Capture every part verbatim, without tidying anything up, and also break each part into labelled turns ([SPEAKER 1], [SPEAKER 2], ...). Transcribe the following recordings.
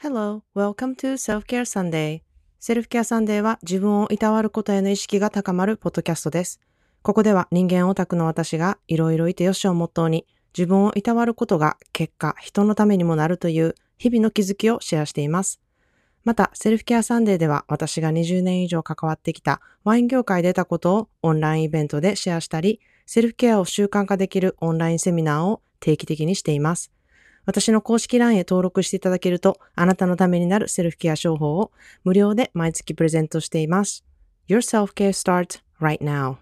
[SPEAKER 1] Hello, welcome to Self-Care Sunday. セルフケアサンデーは自分をいたわることへの意識が高まるポッドキャストです。ここでは人間オタクの私がいろいろいてよしをモットーに自分をいたわることが結果人のためにもなるという日々の気づきをシェアしています。また、セルフケアサンデーでは私がにじゅうねん以上関わってきたワイン業界で得たことをオンラインイベントでシェアしたり、セルフケアを習慣化できるオンラインセミナーを定期的にしています。私の公式 ライン へ登録していただけると、あなたのためになるセルフケア商法を無料で毎月プレゼントしています。Your self-care starts right now.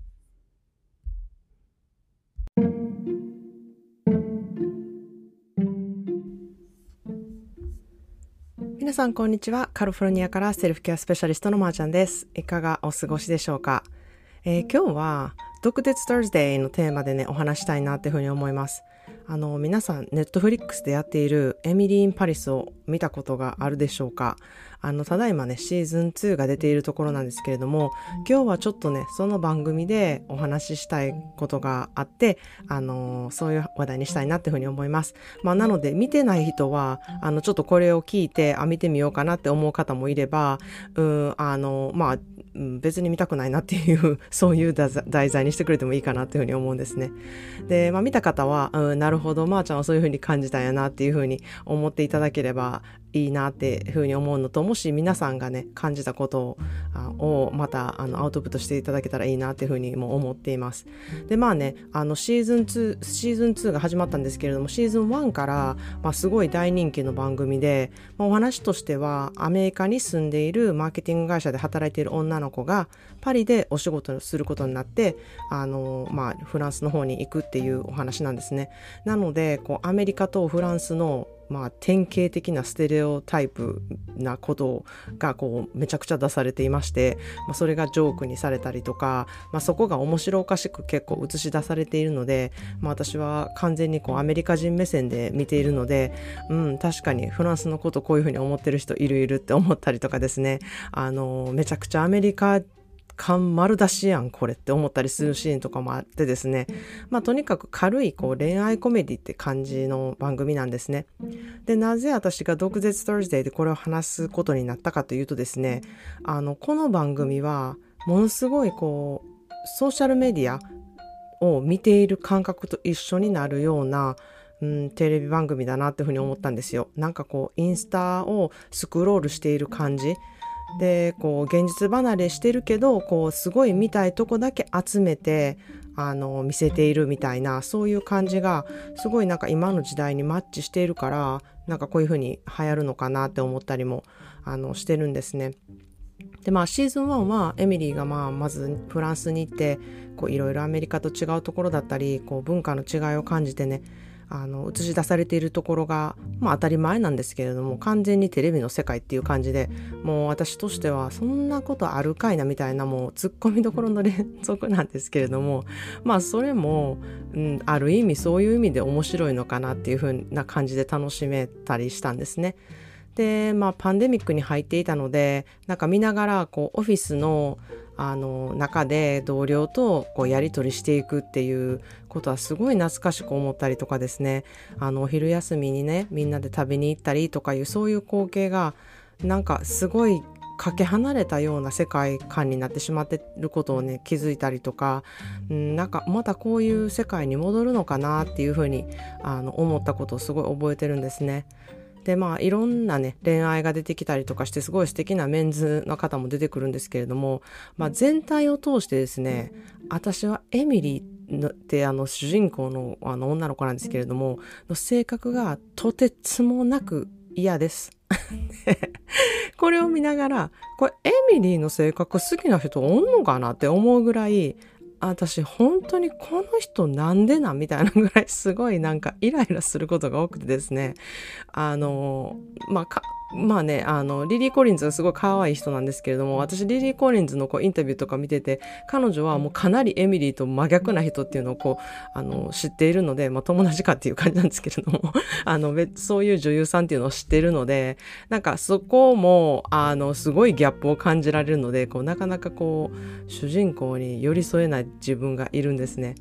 [SPEAKER 1] 皆さんこんにちは。カリフォルニアからセルフケアスペシャリストのまーちゃんです。いかがお過ごしでしょうか。えー、今日は毒舌 Thursday のテーマでねお話したいなっていうふうに思います。あの皆さんネットフリックスでやっているエミリー・イン・パリスを見たことがあるでしょうか。あのただいまねシーズンツーが出ているところなんですけれども、今日はちょっとねその番組でお話ししたいことがあって、あのそういう話題にしたいなっていうふうに思います。まあなので見てない人はあのちょっとこれを聞いてあ見てみようかなって思う方もいれば、うんあのまあ別に見たくないなっていうそういう題材にしてくれてもいいかなっていうふうに思うんですね。で、まあ見た方は、うん、なるほどまーちゃんはそういうふうに感じたんやなっていうふうに思っていただければいいなっていうふうに思うのと、もし皆さんがね感じたことをまたあのアウトプットしていただけたらいいなっていうふうにも思っています。でまあねあのシーズンツーシーズンツーが始まったんですけれども、シーズンワンから、まあ、すごい大人気の番組で、まあ、お話としてはアメリカに住んでいるマーケティング会社で働いている女の子がパリでお仕事をすることになってあの、まあ、フランスの方に行くっていうお話なんですね。なのでこうアメリカとフランスのまあ、典型的なステレオタイプなことがこうめちゃくちゃ出されていまして、まあ、それがジョークにされたりとか、まあ、そこが面白おかしく結構映し出されているので、まあ、私は完全にこうアメリカ人目線で見ているので、うん、確かにフランスのことこういうふうに思ってる人いるいるって思ったりとかですね、あのめちゃくちゃアメリカ感丸出しやんこれって思ったりするシーンとかもあってですね、まあとにかく軽いこう恋愛コメディって感じの番組なんですね。でなぜ私が毒舌 Thursday でこれを話すことになったかというとですね、あのこの番組はものすごいこうソーシャルメディアを見ている感覚と一緒になるようなうん、テレビ番組だなっていうふうに思ったんですよ。なんかこうインスタをスクロールしている感じで、こう現実離れしてるけどこうすごい見たいとこだけ集めてあの見せているみたいな、そういう感じがすごいなんか今の時代にマッチしているから、なんかこういう風に流行るのかなって思ったりもあのしてるんですね。でまあシーズンワンはエミリーがまあまずフランスに行ってこういろいろアメリカと違うところだったりこう文化の違いを感じてね、あの映し出されているところが、まあ、当たり前なんですけれども、完全にテレビの世界っていう感じで、もう私としてはそんなことあるかいなみたいな、もうツッコミどころの連続なんですけれども、まあそれも、うん、ある意味そういう意味で面白いのかなっていう風な感じで楽しめたりしたんですね。でまあパンデミックに入っていたので、なんか見ながらこうオフィスのあの中で同僚とこうやり取りしていくっていうことはすごい懐かしく思ったりとかですね、あのお昼休みにねみんなで食べに行ったりとかいう、そういう光景がなんかすごいかけ離れたような世界観になってしまっていることをね気づいたりとか、うん、なんかまたこういう世界に戻るのかなっていうふうにあの思ったことをすごい覚えてるんですね。でまあいろんなね恋愛が出てきたりとかして、すごい素敵なメンズの方も出てくるんですけれども、まあ、全体を通してですね、私はエミリーのってあの主人公のあの女の子なんですけれどもの性格がとてつもなく嫌ですこれを見ながら、これエミリーの性格好きな人おんのかなって思うぐらい、私本当にこの人なんでなんみたいなぐらいすごいなんかイライラすることが多くてですね、あのまあかまあねあのリリー・コリンズがすごい可愛い人なんですけれども、私リリー・コリンズのこうインタビューとか見てて、彼女はもうかなりエミリーと真逆な人っていうのをこうあの知っているので、まあ友達かっていう感じなんですけれどもあのそういう女優さんっていうのを知っているので、なんかそこもあのすごいギャップを感じられるので、こうなかなかこう主人公に寄り添えない自分がいるんですね。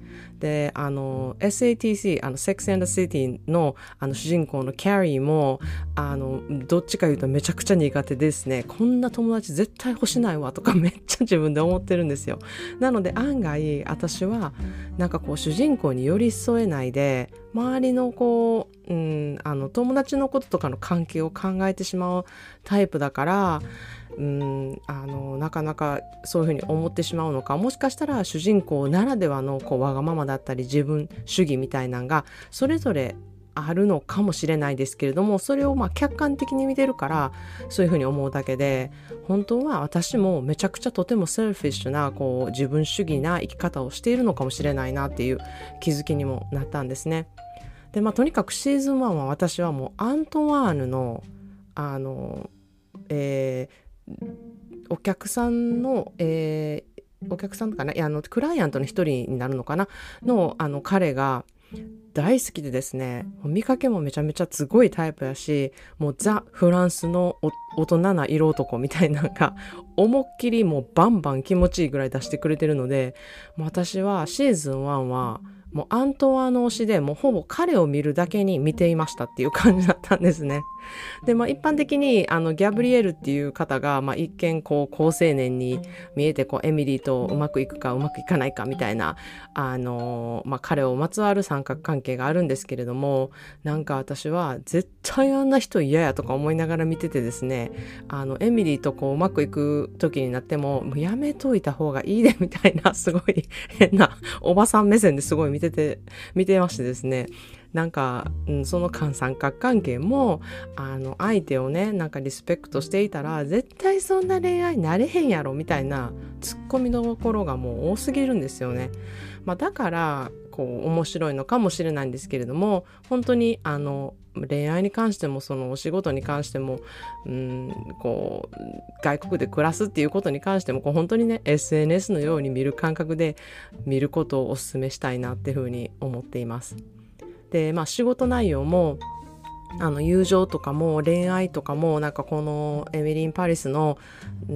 [SPEAKER 1] で、あの エスエーティーシー、あの Sex and the City のあの主人公のキャリーもあのどっちか言うとめちゃくちゃ苦手ですね。こんな友達絶対欲しないわとかめっちゃ自分で思ってるんですよ。なので案外私はなんかこう主人公に寄り添えないで、周りのこう、うん、あの友達のこととかの関係を考えてしまうタイプだから、うん、あのなかなかそういうふうに思ってしまうのか、もしかしたら主人公ならではのこうわがままだったり自分主義みたいなのがそれぞれあるのかもしれないですけれども、それをまあ客観的に見てるからそういうふうに思うだけで、本当は私もめちゃくちゃとてもセルフィッシュなこう自分主義な生き方をしているのかもしれないなっていう気づきにもなったんですね。で、まあ、とにかくシーズンワンは私はもうアントワーヌのあの、えーお客さんの、えー、お客さんかないやあのクライアントの一人になるのかなの、あの彼が大好きでですね、見かけもめちゃめちゃすごいタイプやし、もうザ・フランスの大人な色男みたいなのが思いっきりもうバンバン気持ちいいぐらい出してくれてるので、もう私はシーズンワンはもうアントワーの推しでもうほぼ彼を見るだけに見ていましたっていう感じだったんですね。で、まあ一般的にあのギャブリエルっていう方が、まあ一見こう高青年に見えてこうエミリーとうまくいくかうまくいかないかみたいな、あのまあ彼をまつわる三角関係があるんですけれども、なんか私は絶対あんな人嫌やとか思いながら見ててですね、あのエミリーとこううまくいく時になっても、もうやめといた方がいいでみたいな、すごい変なおばさん目線ですごい見てて見てましてですね、なんか、うん、その三角関係もあの相手をねなんかリスペクトしていたら絶対そんな恋愛なれへんやろみたいなツッコミどころがもう多すぎるんですよね。まあ、だからこう面白いのかもしれないんですけれども、本当にあの恋愛に関してもそのお仕事に関しても、うん、こう外国で暮らすっていうことに関してもこう本当にね エスエヌエス のように見る感覚で見ることをお勧めしたいなっていうふうに思っています。で、まあ仕事内容もあの友情とかも恋愛とかもなんかこのエミリー・イン・パリスの、うん、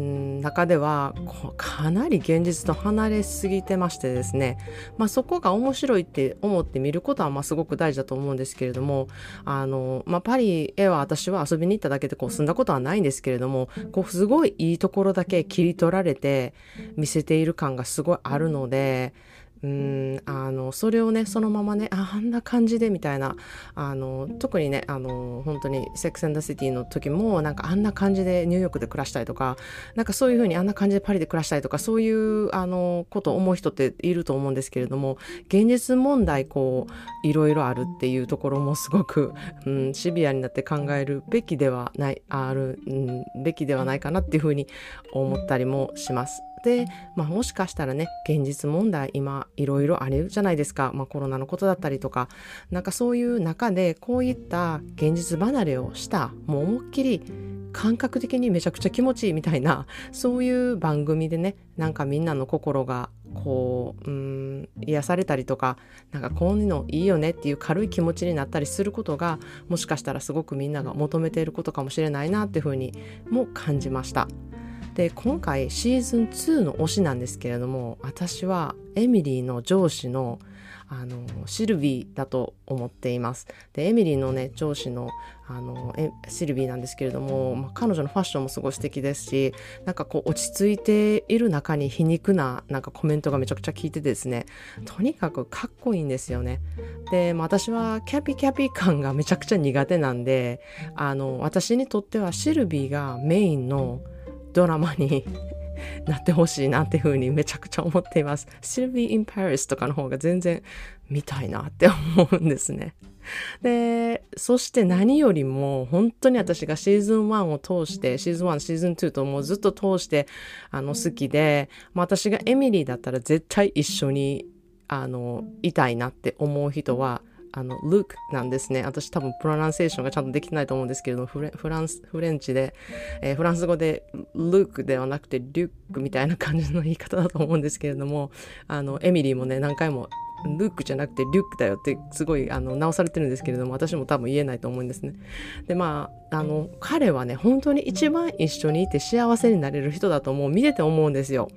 [SPEAKER 1] 中ではかなり現実と離れすぎてましてですね、まあ、そこが面白いって思って見ることはまあすごく大事だと思うんですけれども、あの、まあ、パリへは私は遊びに行っただけでこう住んだことはないんですけれども、こうすごいいいところだけ切り取られて見せている感がすごいあるので、うーんあのそれをねそのままね あ, あんな感じでみたいな、あの特にねあの本当にセックス&ザ・シティの時もなんかあんな感じでニューヨークで暮らしたいとか、なんかそういう風にあんな感じでパリで暮らしたいとか、そういうあのことを思う人っていると思うんですけれども、現実問題こういろいろあるっていうところもすごく、うん、シビアになって考えるべきではないある、うん、べきではないかなっていう風に思ったりもします。で、まあ、もしかしたらね現実問題今いろいろあるじゃないですか、まあ、コロナのことだったりとか、なんかそういう中でこういった現実離れをしたもう思いっきり感覚的にめちゃくちゃ気持ちいいみたいな、そういう番組でねなんかみんなの心がこう、うーん癒されたりとか、なんかこういうのいいよねっていう軽い気持ちになったりすることが、もしかしたらすごくみんなが求めていることかもしれないなっていうふうにも感じました。で、今回シーズンツーの推しなんですけれども、私はエミリーの上司のあのシルビーだと思っています。で、エミリーのね上司のあのえシルビーなんですけれども、まあ、彼女のファッションもすごい素敵ですし、なんかこう落ち着いている中に皮肉ななんかコメントがめちゃくちゃ効いてですね、とにかくかっこいいんですよね。で、まあ、私はキャピキャピ感がめちゃくちゃ苦手なんで、あの私にとってはシルビーがメインのドラマになってほしいなっていう風にめちゃくちゃ思っています。シルビー・イン・パリスとかの方が全然見たいなって思うんですね。で、そして何よりも本当に私がシーズンワンを通してシーズンワン、シーズンツーともうずっと通してあの好きで、まあ、私がエミリーだったら絶対一緒にあのいたいなって思う人はあのルークなんですね。私多分プロナンセーションがちゃんとできてないと思うんですけれども、フレ、フランスフレンチで、えー、フランス語でルークではなくてリュックみたいな感じの言い方だと思うんですけれども、あのエミリーもね何回もルークじゃなくてリュックだよってすごいあの直されてるんですけれども、私も多分言えないと思うんですね。で、まああの彼はね本当に一番一緒にいて幸せになれる人だと思う見てて思うんですよ。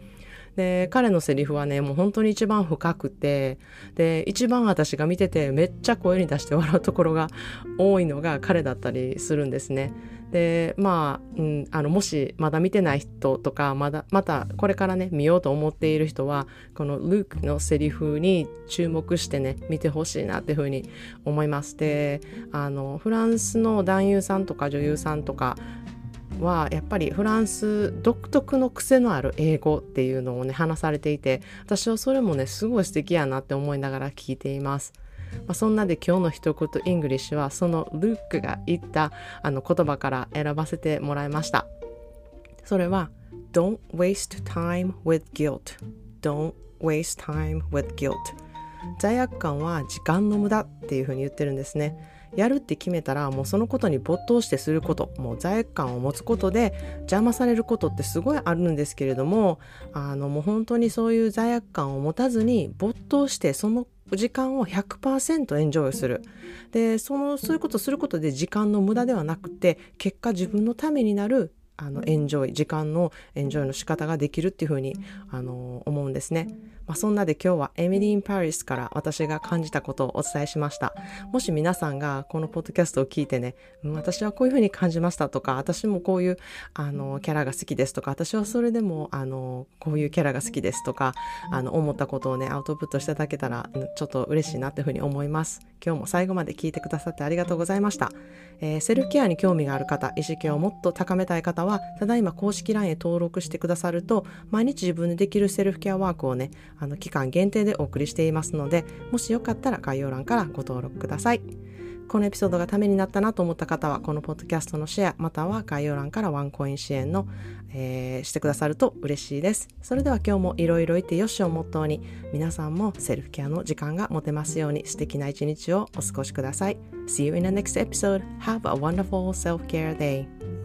[SPEAKER 1] で、彼のセリフはね、もう本当に一番深くて、で、一番私が見ててめっちゃ声に出して笑うところが多いのが彼だったりするんですね。で、まあ、うん、あの、もしまだ見てない人とか、まだ、またこれからね、見ようと思っている人は、このルークのセリフに注目してね、見てほしいなっていうふうに思います。で、あの、フランスの男優さんとか女優さんとかは、やっぱりフランス独特の癖のある英語っていうのをね、話されていて、私はそれもね、すごい素敵やなって思いながら聞いています。まあ、そんなで今日の一言イングリッシュはそのルークが言ったあの言葉から選ばせてもらいました。それは Don't waste time with guilt Don't waste time with guilt 罪悪感は時間の無駄っていうふうに言ってるんですね。やるって決めたらもうそのことに没頭してすること、もう罪悪感を持つことで邪魔されることってすごいあるんですけれども、あのもう本当にそういう罪悪感を持たずに没頭してその時間を ひゃくパーセント エンジョイする。で、そのそういうことすることで時間の無駄ではなくて、結果自分のためになるあのエンジョイ、時間のエンジョイの仕方ができるっていうふうにあの思うんですね。まあ、そんなで今日はエミリー・イン・パリスから私が感じたことをお伝えしました。もし皆さんがこのポッドキャストを聞いてね、うん、私はこういうふうに感じましたとか、私もこういうあのキャラが好きですとか、私はそれでもあのこういうキャラが好きですとか、あの思ったことをねアウトプットしていただけたらちょっと嬉しいなっていうふうに思います。今日も最後まで聞いてくださってありがとうございました。えー、セルフケアに興味がある方、意識をもっと高めたい方はただいま公式 ライン へ登録してくださると、毎日自分でできるセルフケアワークをね、あの期間限定でお送りしていますので、もしよかったら概要欄からご登録ください。このエピソードがためになったなと思った方は、このポッドキャストのシェア、または概要欄からワンコイン支援の、えー、してくださると嬉しいです。それでは今日もいろいろいてよしをモットーに、皆さんもセルフケアの時間が持てますように素敵な一日をお過ごしください。See you in the next episode. Have a wonderful self-care day.